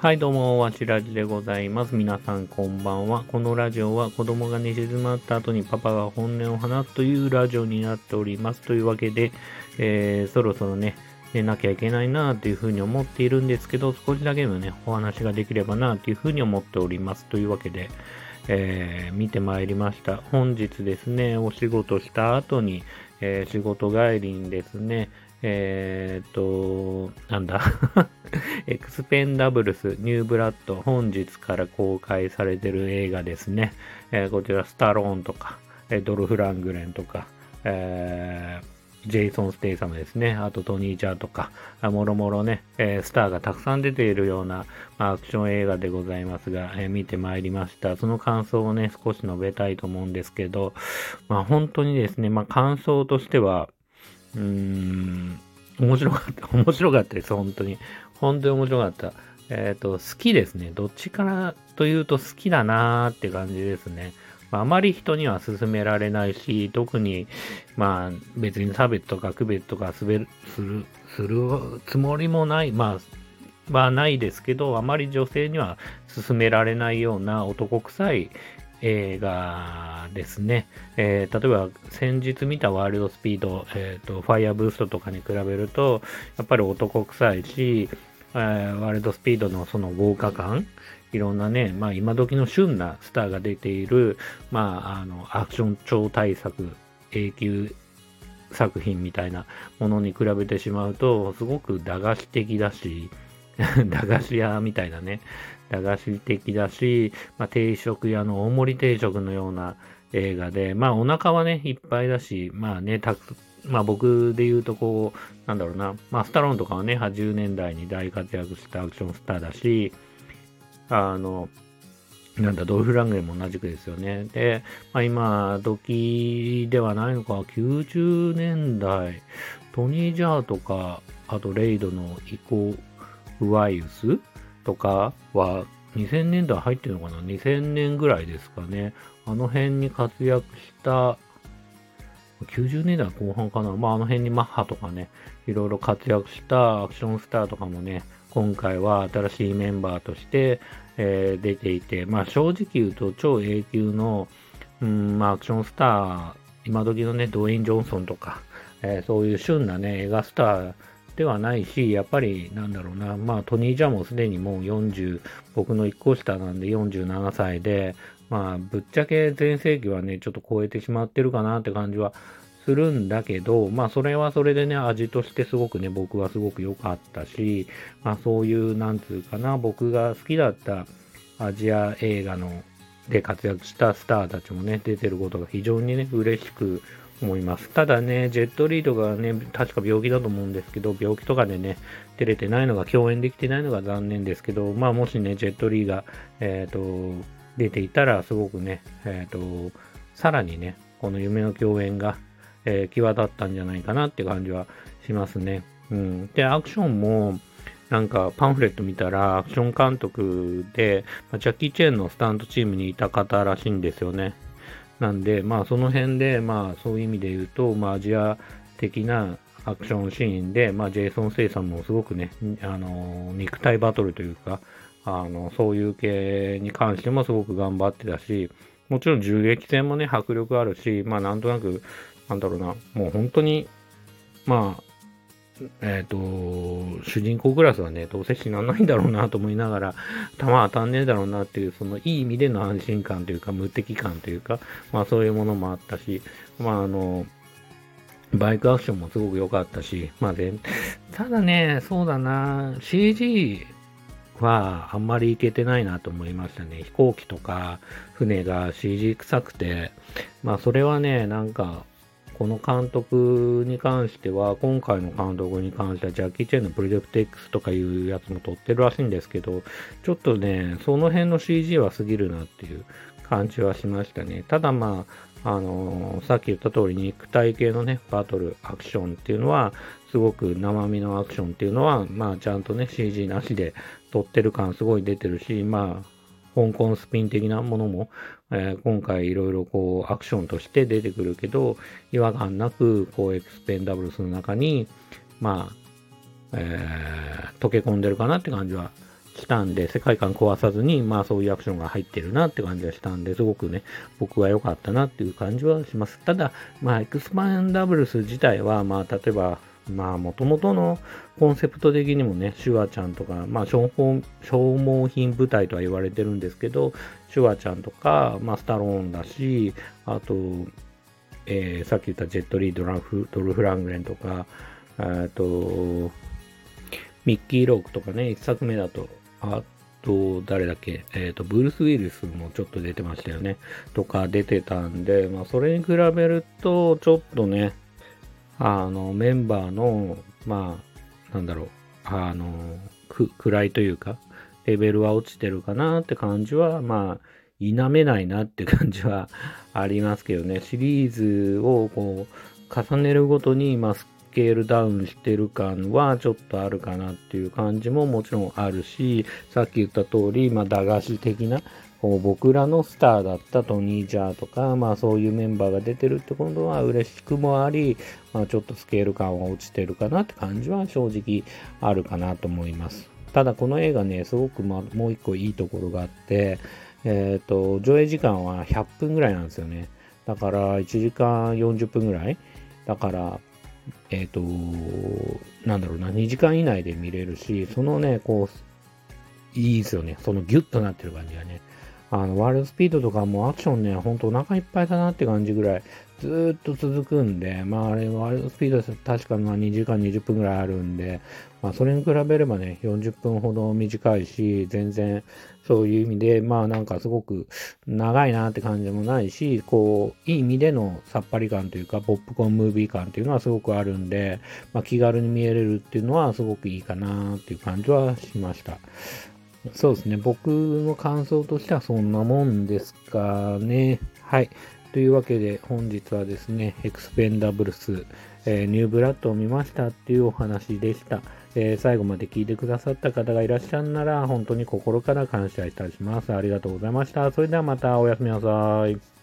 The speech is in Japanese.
はい、どうも、わしらじでございます。皆さん、こんばんは。このラジオは、子供が寝静まった後にパパが本音を話すというラジオになっております。というわけで、そろそろね、寝なきゃいけないなというふうに思っているんですけど、少しだけのね、お話ができればなというふうに思っております。というわけで、見てまいりました。本日ですね、お仕事した後に、仕事帰りにですね、なんだエクスペンダブルスニューブラッド本日から公開されてる映画ですね。こちらスタローンとか、ドルフ・ラングレンとか、ジェイソン・ステイサムですね。あとトニー・チャーとか、もろもろね、スターがたくさん出ているような、アクション映画でございますが、見てまいりました。その感想をね、少し述べたいと思うんですけど、本当にですね、感想としては、面白かった。面白かったです。本当に。本当に面白かった。好きですね。どっちからというと好きだなーって感じですね。あまり人には勧められないし、特に、別に差別とか区別とかするつもりもない、はないですけど、あまり女性には勧められないような男臭い映画ですね。例えば先日見たワールドスピード、ファイアブーストとかに比べると、やっぱり男臭いし、ワールドスピードのその豪華感、いろんなね、今時の旬なスターが出ている、アクション超大作、永久作品みたいなものに比べてしまうと、すごく駄菓子的だし、駄菓子屋みたいなね、駄菓子的だし、定食屋の大盛り定食のような映画で、お腹はね、いっぱいだし、僕で言うとスタローンとかはね、80年代に大活躍したアクションスターだし、ドルフ・ラングレンも同じくですよね。で、今時ではないのか、90年代、トニー・ジャーとか、あとレイドのイコ・ウワイウスとかは2000年代入ってるのかな？ 2000 年ぐらいですかね。あの辺に活躍した、90年代後半かな。あの辺にマッハとかね、いろいろ活躍したアクションスターとかもね、今回は新しいメンバーとして、出ていて、正直言うと超永久の、アクションスター、今時のね、ドウェイン・ジョンソンとか、そういう旬なね、映画スターではないし、やっぱりトニー・ジャもすでにもう40、僕の1個下なんで47歳で、ぶっちゃけ全盛期はね、ちょっと超えてしまってるかなって感じはするんだけど、それはそれでね、味としてすごくね、僕はすごく良かったし、そういう、なんつうかな、僕が好きだったアジア映画で活躍したスターたちもね、出てることが非常にね、嬉しく思います。ただね、ジェットリードがね、確か病気だと思うんですけど、病気とかでね、出れてないのが、共演できてないのが残念ですけど、もしね、ジェットリーが、出ていたら、すごくね、さらにね、この夢の共演が、際立ったんじゃないかなって感じはしますね。で、アクションも、パンフレット見たら、アクション監督で、ジャッキー・チェンのスタントチームにいた方らしいんですよね。なんで、その辺で、そういう意味で言うと、アジア的なアクションシーンで、ジェイソン・ステイさんもすごくね、肉体バトルというか、そういう系に関してもすごく頑張ってたし、もちろん銃撃戦もね、迫力あるし、なんとなく、もう本当に、主人公クラスはね、どうせ死なないんだろうなと思いながら、弾当たんねえだろうなっていう、そのいい意味での安心感というか、無敵感というか、そういうものもあったし、バイクアクションもすごく良かったし、ただね、そうだな、CG はあんまりいけてないなと思いましたね。飛行機とか船が CG 臭くて、それはね、この監督に関しては、今回の監督に関しては、ジャッキー・チェンのプロジェクト X とかいうやつも撮ってるらしいんですけど、ちょっとね、その辺の CG は過ぎるなっていう感じはしましたね。たださっき言った通り肉体系のね、バトル、アクションっていうのは、すごく生身のアクションっていうのは、ちゃんとね、CG なしで撮ってる感すごい出てるし、香港スピン的なものも、今回いろいろアクションとして出てくるけど、違和感なくエクスペンダブルスの中に、溶け込んでるかなって感じはしたんで、世界観壊さずに、まあそういうアクションが入ってるなって感じがしたんで、すごくね、僕は良かったなっていう感じはします。ただ、まあエクスパンダブルス自体は、まあ例えば、まあ元々のコンセプト的にもね、シュワちゃんとか、まあ消耗品部隊とは言われてるんですけど、シュワちゃんとか、まあスタローンだし、あと、さっき言ったジェットリー・ドルフ・ラングレンとか、ミッキー・ロークとかね、一作目だと、あと、誰だっけ、ブルース・ウィルスもちょっと出てましたよね。とか出てたんで、まあ、それに比べると、ちょっとね、メンバーの、まあ、なんだろう、位というか、レベルは落ちてるかなって感じは、まあ、否めないなって感じはありますけどね。シリーズをこう、重ねるごとに、まあ、スケールダウンしてる感はちょっとあるかなっていう感じももちろんあるし、さっき言った通り、まあ、駄菓子的な、こう僕らのスターだったトニー・ジャーとか、まあそういうメンバーが出てるってことは嬉しくもあり、まあちょっとスケール感は落ちてるかなって感じは正直あるかなと思います。ただこの映画ね、すごくもう一個いいところがあって、上映時間は100分ぐらいなんですよね。だから1時間40分ぐらい。だから、なんだろうな、2時間以内で見れるし、そのね、こう、いいですよね。そのギュッとなってる感じがね。ワールドスピードとかもアクションね、ほんとお腹いっぱいだなって感じぐらい、ずーっと続くんで、まああれ、ワールドスピードです確かまあ2時間20分ぐらいあるんで、まあそれに比べればね、40分ほど短いし、全然そういう意味で、まあなんかすごく長いなって感じもないし、こう、いい意味でのさっぱり感というか、ポップコーンムービー感っていうのはすごくあるんで、まあ気軽に見えれるっていうのはすごくいいかなっていう感じはしました。そうですね。僕の感想としてはそんなもんですかね。はい。というわけで本日はですね、エクスペンダブルス、ニューブラッドを見ましたっていうお話でした。最後まで聞いてくださった方がいらっしゃるなら本当に心から感謝いたします。ありがとうございました。それではまたおやすみなさい。